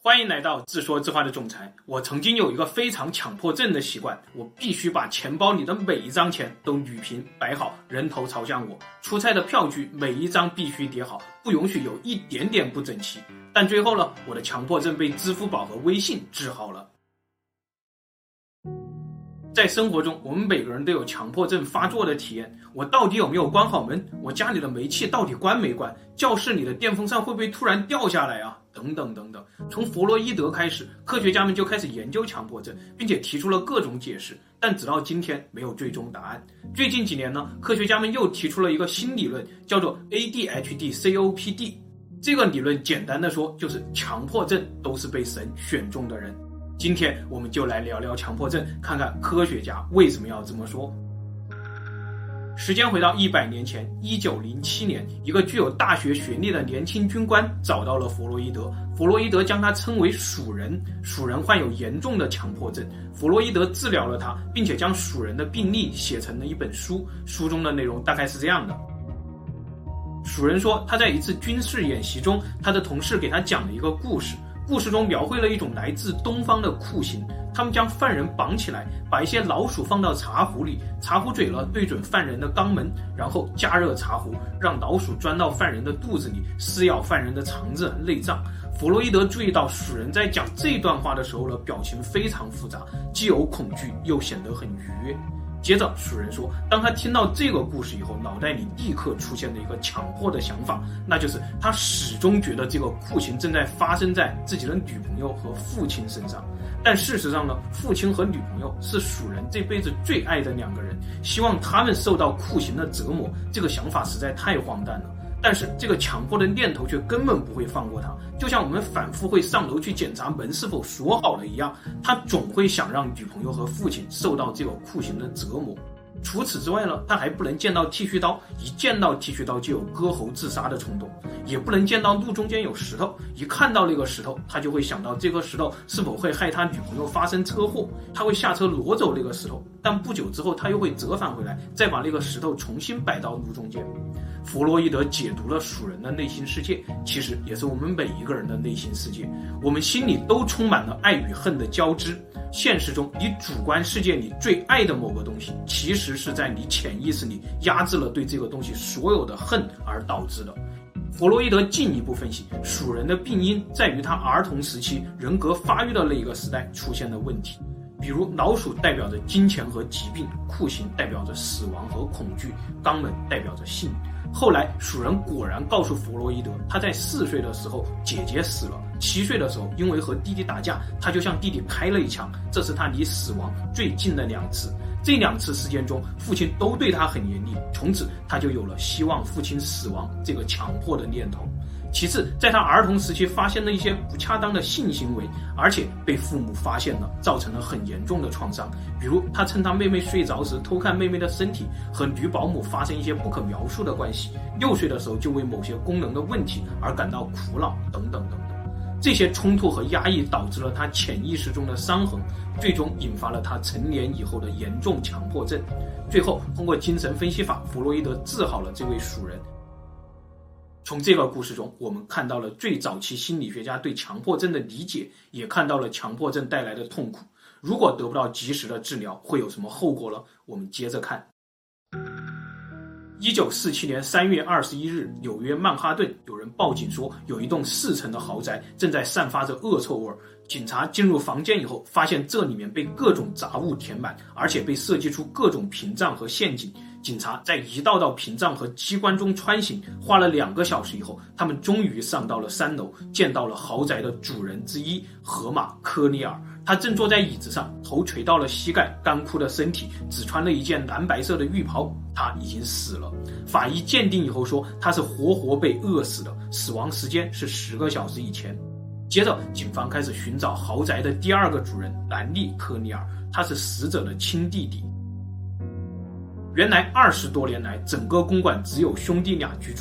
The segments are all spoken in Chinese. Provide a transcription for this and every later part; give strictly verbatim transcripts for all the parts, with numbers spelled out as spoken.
欢迎来到自说自话的总裁。我曾经有一个非常强迫症的习惯，我必须把钱包里的每一张钱都捋平摆好，人头朝向我。出差的票据每一张必须叠好，不允许有一点点不整齐。但最后呢，我的强迫症被支付宝和微信治好了。在生活中，我们每个人都有强迫症发作的体验。我到底有没有关好门？我家里的煤气到底关没关？教室里的电风扇会不会突然掉下来啊？等等等等。从弗洛伊德开始，科学家们就开始研究强迫症，并且提出了各种解释，但直到今天没有最终答案。最近几年呢，科学家们又提出了一个新理论，叫做 A D H D C O P D。这个理论简单的说，就是强迫症都是被神选中的人。今天我们就来聊聊强迫症，看看科学家为什么要这么说。时间回到一百年前，一九零七年，一个具有大学学历的年轻军官找到了弗洛伊德，弗洛伊德将他称为鼠人，鼠人患有严重的强迫症，弗洛伊德治疗了他，并且将鼠人的病历写成了一本书，书中的内容大概是这样的。鼠人说，他在一次军事演习中，他的同事给他讲了一个故事，故事中描绘了一种来自东方的酷刑，他们将犯人绑起来，把一些老鼠放到茶壶里，茶壶嘴呢对准犯人的肛门，然后加热茶壶，让老鼠钻到犯人的肚子里，撕咬犯人的肠子、内脏。弗洛伊德注意到鼠人在讲这段话的时候呢，表情非常复杂，既有恐惧，又显得很愉悦。接着鼠人说，当他听到这个故事以后，脑袋里立刻出现了一个强迫的想法，那就是他始终觉得这个酷刑正在发生在自己的女朋友和父亲身上。但事实上呢，父亲和女朋友是鼠人这辈子最爱的两个人，希望他们受到酷刑的折磨，这个想法实在太荒诞了。但是这个强迫的念头却根本不会放过他，就像我们反复会上楼去检查门是否锁好了一样，他总会想让女朋友和父亲受到这个酷刑的折磨。除此之外呢，他还不能见到剃须刀，一见到剃须刀就有割喉自杀的冲动，也不能见到路中间有石头，一看到那个石头，他就会想到这个石头是否会害他女朋友发生车祸，他会下车挪走那个石头，但不久之后他又会折返回来，再把那个石头重新摆到路中间。弗洛伊德解读了鼠人的内心世界，其实也是我们每一个人的内心世界。我们心里都充满了爱与恨的交织。现实中，你主观世界里最爱的某个东西，其实是在你潜意识里压制了对这个东西所有的恨而导致的。弗洛伊德进一步分析，鼠人的病因在于他儿童时期人格发育的那一个时代出现的问题。比如老鼠代表着金钱和疾病，酷刑代表着死亡和恐惧，肛门代表着性。后来鼠人果然告诉弗洛伊德，他在四岁的时候姐姐死了，七岁的时候因为和弟弟打架，他就向弟弟开了一枪，这是他离死亡最近的两次。这两次事件中，父亲都对他很严厉，从此他就有了希望父亲死亡这个强迫的念头。其次，在他儿童时期发现了一些不恰当的性行为，而且被父母发现了，造成了很严重的创伤。比如他趁他妹妹睡着时偷看妹妹的身体，和女保姆发生一些不可描述的关系。六岁的时候就为某些功能的问题而感到苦恼，等等等等。这些冲突和压抑导致了他潜意识中的伤痕，最终引发了他成年以后的严重强迫症。最后通过精神分析法，弗洛伊德治好了这位鼠人。从这个故事中，我们看到了最早期心理学家对强迫症的理解，也看到了强迫症带来的痛苦。如果得不到及时的治疗，会有什么后果呢？我们接着看。一九四七年三月二十一日，纽约曼哈顿有人报警说，有一栋四层的豪宅正在散发着恶臭味。警察进入房间以后，发现这里面被各种杂物填满，而且被设计出各种屏障和陷阱。警察在一道道屏障和机关中穿行，花了两个小时以后，他们终于上到了三楼，见到了豪宅的主人之一河马科尼尔。他正坐在椅子上，头垂到了膝盖，干枯的身体，只穿了一件蓝白色的浴袍。他已经死了。法医鉴定以后说，他是活活被饿死的，死亡时间是十个小时以前。接着警方开始寻找豪宅的第二个主人兰利科尼尔，他是死者的亲弟弟。原来二十多年来，整个公馆只有兄弟俩居住，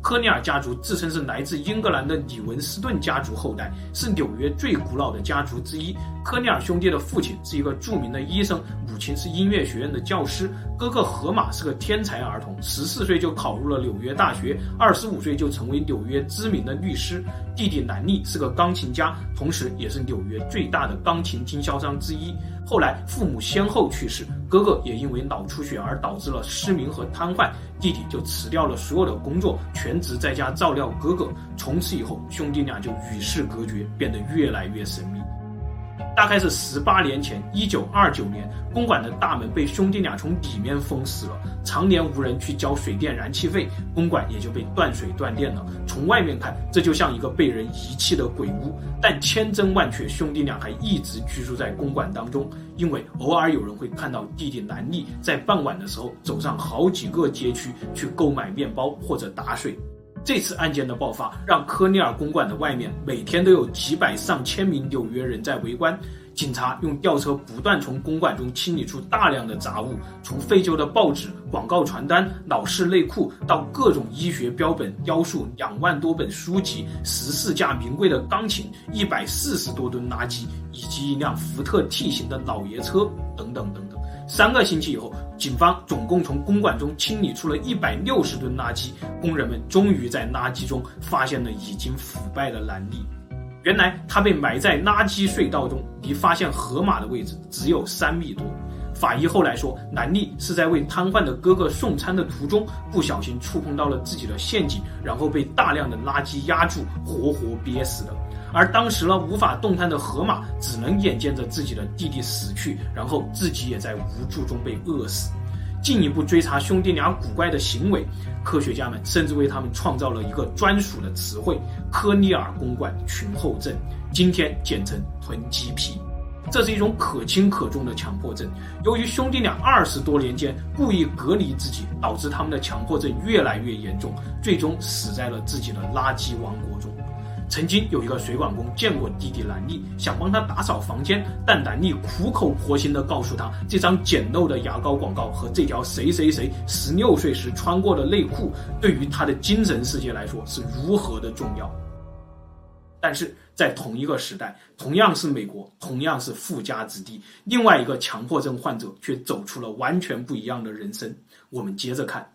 科尼尔家族自称是来自英格兰的李文斯顿家族后代，是纽约最古老的家族之一。科尼尔兄弟的父亲是一个著名的医生，母亲是音乐学院的教师，哥哥荷马是个天才儿童，十四岁就考入了纽约大学，二十五岁就成为纽约知名的律师。弟弟兰利是个钢琴家，同时也是纽约最大的钢琴经销商之一。后来父母先后去世，哥哥也因为脑出血而导致了失明和瘫痪，弟弟就辞掉了所有的工作，全职在家照料哥哥。从此以后，兄弟俩就与世隔绝，变得越来越神秘。大概是十八年前，一九二九年，公馆的大门被兄弟俩从里面封死了，常年无人去交水电燃气费，公馆也就被断水断电了。从外面看，这就像一个被人遗弃的鬼屋，但千真万确，兄弟俩还一直居住在公馆当中，因为偶尔有人会看到弟弟兰利在傍晚的时候走上好几个街区去购买面包或者打水。这次案件的爆发，让科尼尔公馆的外面每天都有几百上千名纽约人在围观。警察用吊车不断从公馆中清理出大量的杂物，从废旧的报纸、广告传单、老式内裤到各种医学标本、雕塑、两万多本书籍、十四架名贵的钢琴、一百四十多吨垃圾，以及一辆福特 T 型的老爷车，等等等等。三个星期以后，警方总共从公馆中清理出了一百六十吨垃圾，工人们终于在垃圾中发现了已经腐败的兰利。原来他被埋在垃圾隧道中，离发现河马的位置只有三米多。法医后来说，兰利是在为瘫痪的哥哥送餐的途中，不小心触碰到了自己的陷阱，然后被大量的垃圾压住，活活憋死的。而当时呢，无法动弹的河马只能眼见着自己的弟弟死去，然后自己也在无助中被饿死。进一步追查兄弟俩古怪的行为，科学家们甚至为他们创造了一个专属的词汇——科尼尔公馆群后症，今天简称囤积癖。这是一种可轻可重的强迫症，由于兄弟俩二十多年间故意隔离自己，导致他们的强迫症越来越严重，最终死在了自己的垃圾王国中。曾经有一个水管工见过弟弟兰利，想帮他打扫房间，但兰利苦口婆心地告诉他，这张简陋的牙膏广告和这条谁谁谁十六岁时穿过的内裤，对于他的精神世界来说是如何的重要。但是在同一个时代，同样是美国，同样是富家子弟，另外一个强迫症患者却走出了完全不一样的人生。我们接着看。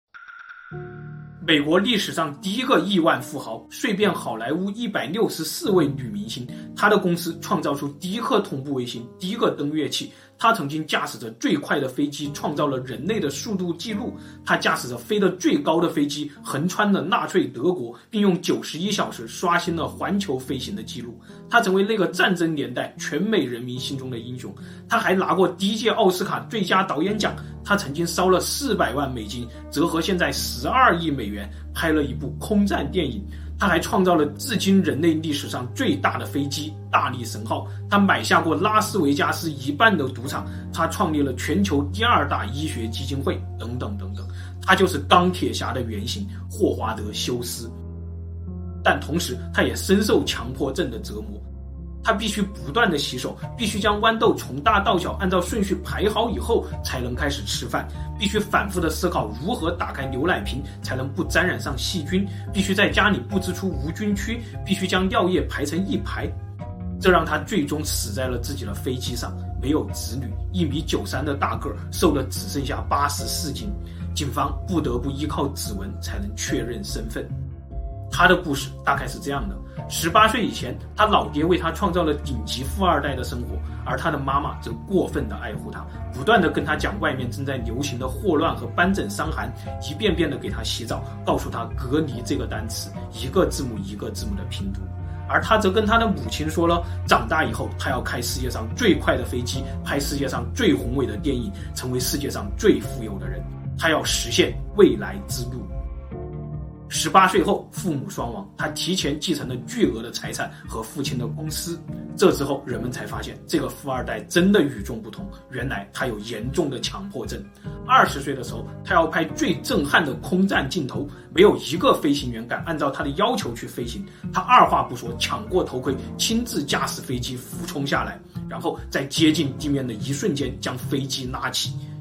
美国历史上第一个亿万富豪，睡遍好莱坞一百六十四位女明星，他的公司创造出第一颗同步卫星，第一个登月器。他曾经驾驶着最快的飞机，创造了人类的速度记录。他驾驶着飞得最高的飞机，横穿了纳粹德国，并用九十一小时刷新了环球飞行的记录。他成为那个战争年代全美人民心中的英雄。他还拿过第一届奥斯卡最佳导演奖。他曾经烧了四百万美金，折合现在十二亿美元，拍了一部空战电影。他还创造了至今人类历史上最大的飞机大力神号，他买下过拉斯维加斯一半的赌场，他创立了全球第二大医学基金会，等等等等。他就是钢铁侠的原型霍华德·休斯。但同时他也深受强迫症的折磨，他必须不断的洗手，必须将豌豆从大到小按照顺序排好以后才能开始吃饭，必须反复的思考如何打开牛奶瓶才能不沾染上细菌，必须在家里布置出无菌区，必须将尿液排成一排。这让他最终死在了自己的飞机上，没有子女，一米九三的大个儿，瘦的只剩下八十四斤。警方不得不依靠指纹才能确认身份。他的故事大概是这样的：十八岁以前，他老爹为他创造了顶级富二代的生活，而他的妈妈则过分的爱护他，不断的跟他讲外面正在流行的霍乱和斑疹伤寒，一遍遍的给他洗澡，告诉他隔离这个单词，一个字母一个字母的拼读。而他则跟他的母亲说了，长大以后他要开世界上最快的飞机，拍世界上最宏伟的电影，成为世界上最富有的人，他要实现未来之路。十八岁后，父母双亡，他提前继承了巨额的财产和父亲的公司。这之后，人们才发现这个富二代真的与众不同，原来他有严重的强迫症。二十岁的时候，他要拍最震撼的空战镜头，没有一个飞行员敢按照他的要求去飞行。他二话不说，抢过头盔，亲自驾驶飞机俯冲下来，然后在接近地面的一瞬间将飞机拉起。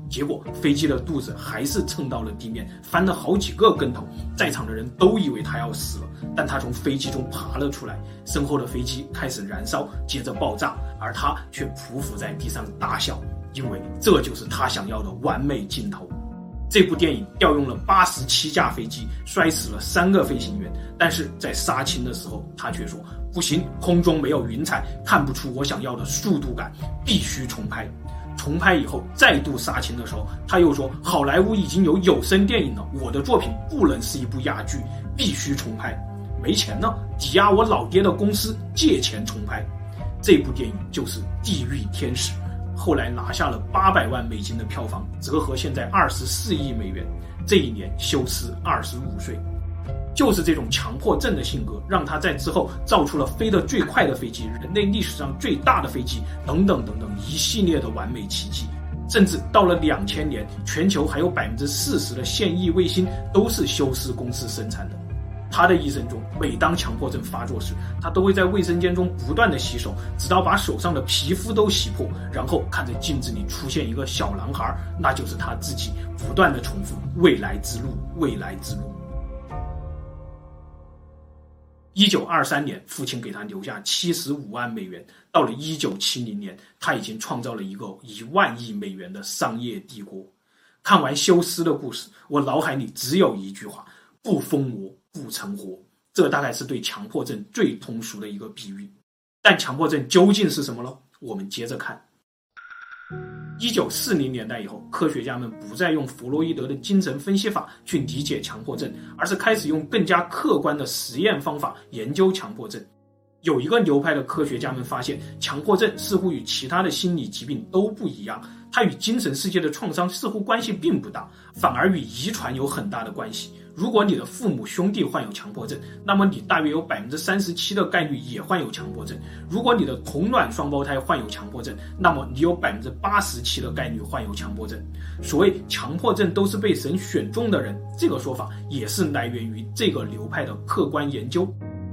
结果飞机的肚子还是蹭到了地面，翻了好几个跟头，在场的人都以为他要死了，但他从飞机中爬了出来，身后的飞机开始燃烧，接着爆炸，而他却匍匐在地上大笑，因为这就是他想要的完美镜头。这部电影调用了八十七架飞机，摔死了三个飞行员，但是在杀青的时候，他却说不行，空中没有云彩，看不出我想要的速度感，必须重拍。重拍以后再度杀青的时候，他又说好莱坞已经有有声电影了，我的作品不能是一部哑剧，必须重拍。没钱呢，抵押我老爹的公司借钱重拍。这部电影就是《地狱天使》，后来拿下了八百万美金的票房，折合现在二十四亿美元。这一年休斯二十五岁。就是这种强迫症的性格，让他在之后造出了飞得最快的飞机、人类历史上最大的飞机等等等等一系列的完美奇迹。甚至到了两千年，全球还有 百分之四十 的现役卫星都是休斯公司生产的。他的一生中，每当强迫症发作时，他都会在卫生间中不断的洗手，直到把手上的皮肤都洗破，然后看着镜子里出现一个小男孩，那就是他自己，不断的重复未来之路，未来之路。一九二三年，父亲给他留下七十五万美元。到了一九七零年，他已经创造了一个一万亿美元的商业帝国。看完休斯的故事，我脑海里只有一句话：不疯魔不成活。这大概是对强迫症最通俗的一个比喻。但强迫症究竟是什么呢？我们接着看。一九四零年代以后，科学家们不再用弗洛伊德的精神分析法去理解强迫症，而是开始用更加客观的实验方法研究强迫症。有一个流派的科学家们发现，强迫症似乎与其他的心理疾病都不一样，它与精神世界的创伤似乎关系并不大，反而与遗传有很大的关系。如果你的父母兄弟患有强迫症，那么你大约有 百分之三十七 的概率也患有强迫症。如果你的同卵双胞胎患有强迫症，那么你有 百分之八十七 的概率患有强迫症。所谓强迫症都是被神选中的人，这个说法也是来源于这个流派的客观研究。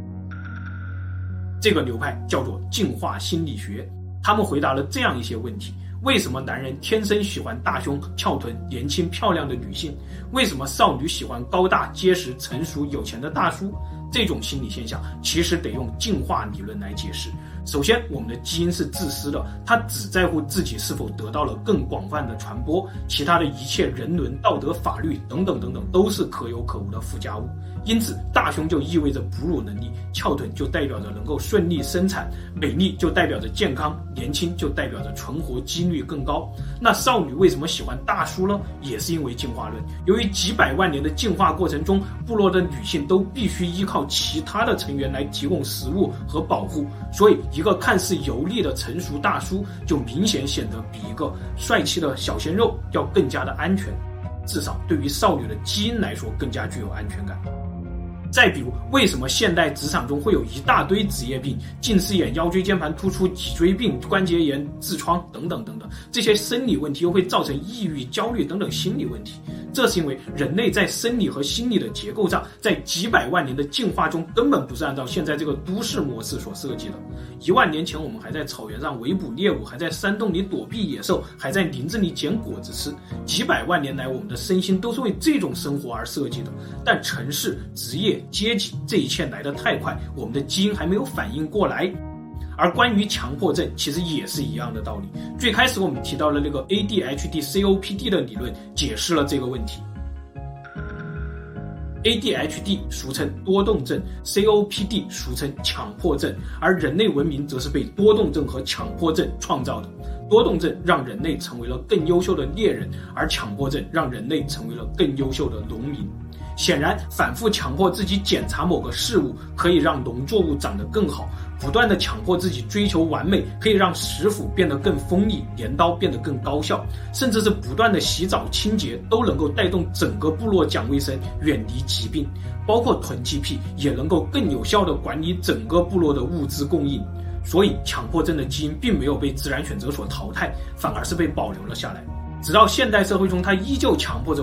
这个流派叫做进化心理学，他们回答了这样一些问题：为什么男人天生喜欢大胸、翘臀、年轻漂亮的女性？为什么少女喜欢高大、结实、成熟、有钱的大叔？这种心理现象其实得用进化理论来解释。首先，我们的基因是自私的，它只在乎自己是否得到了更广泛的传播，其他的一切人伦、道德、法律等等等等都是可有可无的附加物。因此，大胸就意味着哺乳能力，翘臀就代表着能够顺利生产，美丽就代表着健康，年轻就代表着存活几率更高。那少女为什么喜欢大叔呢？也是因为进化论。由于几百万年的进化过程中，部落的女性都必须依靠其他的成员来提供食物和保护，所以一个看似油腻的成熟大叔就明显显得比一个帅气的小鲜肉要更加的安全，至少对于少女的基因来说更加具有安全感。再比如，为什么现代职场中会有一大堆职业病，近视眼、腰椎间盘突出、脊椎病、关节炎、痔疮等等等等，这些生理问题又会造成抑郁、焦虑等等心理问题？这是因为人类在生理和心理的结构上，在几百万年的进化中根本不是按照现在这个都市模式所设计的。一万年前我们还在草原上围捕猎物，还在山洞里躲避野兽，还在林子里捡果子吃。几百万年来，我们的身心都是为这种生活而设计的。但城市、职业、阶级，这一切来得太快，我们的基因还没有反应过来。而关于强迫症，其实也是一样的道理。最开始我们提到了那个 A D H D C O P D 的理论，解释了这个问题。A D H D 俗称多动症， C O P D 俗称强迫症，而人类文明则是被多动症和强迫症创造的。多动症让人类成为了更优秀的猎人，而强迫症让人类成为了更优秀的农民。显然，反复强迫自己检查某个事物，可以让农作物长得更好；不断的强迫自己追求完美，可以让食斧变得更锋利，镰刀变得更高效；甚至是不断的洗澡清洁，都能够带动整个部落讲卫生，远离疾病。包括囤积癖也能够更有效地管理整个部落的物资供应。所以，强迫症的基因并没有被自然选择所淘汰，反而是被保留了下来。直到现代社会中，它依旧强迫着我们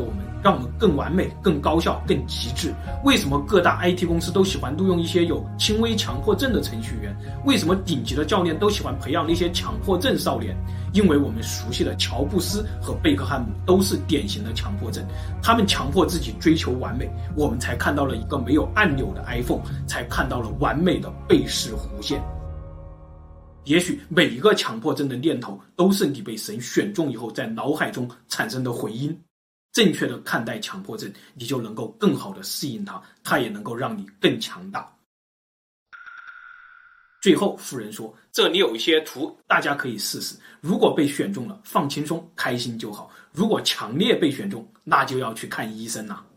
让我们更完美、更高效、更极致？为什么各大 I T 公司都喜欢录用一些有轻微强迫症的程序员？为什么顶级的教练都喜欢培养那些强迫症少年？因为我们熟悉的乔布斯和贝克汉姆都是典型的强迫症，他们强迫自己追求完美，我们才看到了一个没有按钮的 iPhone， 才看到了完美的背式弧线。也许每一个强迫症的念头都是你被神选中以后在脑海中产生的回音。正确的看待强迫症，你就能够更好的适应它，它也能够让你更强大。最后富人说，这里有一些图大家可以试试，如果被选中了放轻松开心就好，如果强烈被选中那就要去看医生了。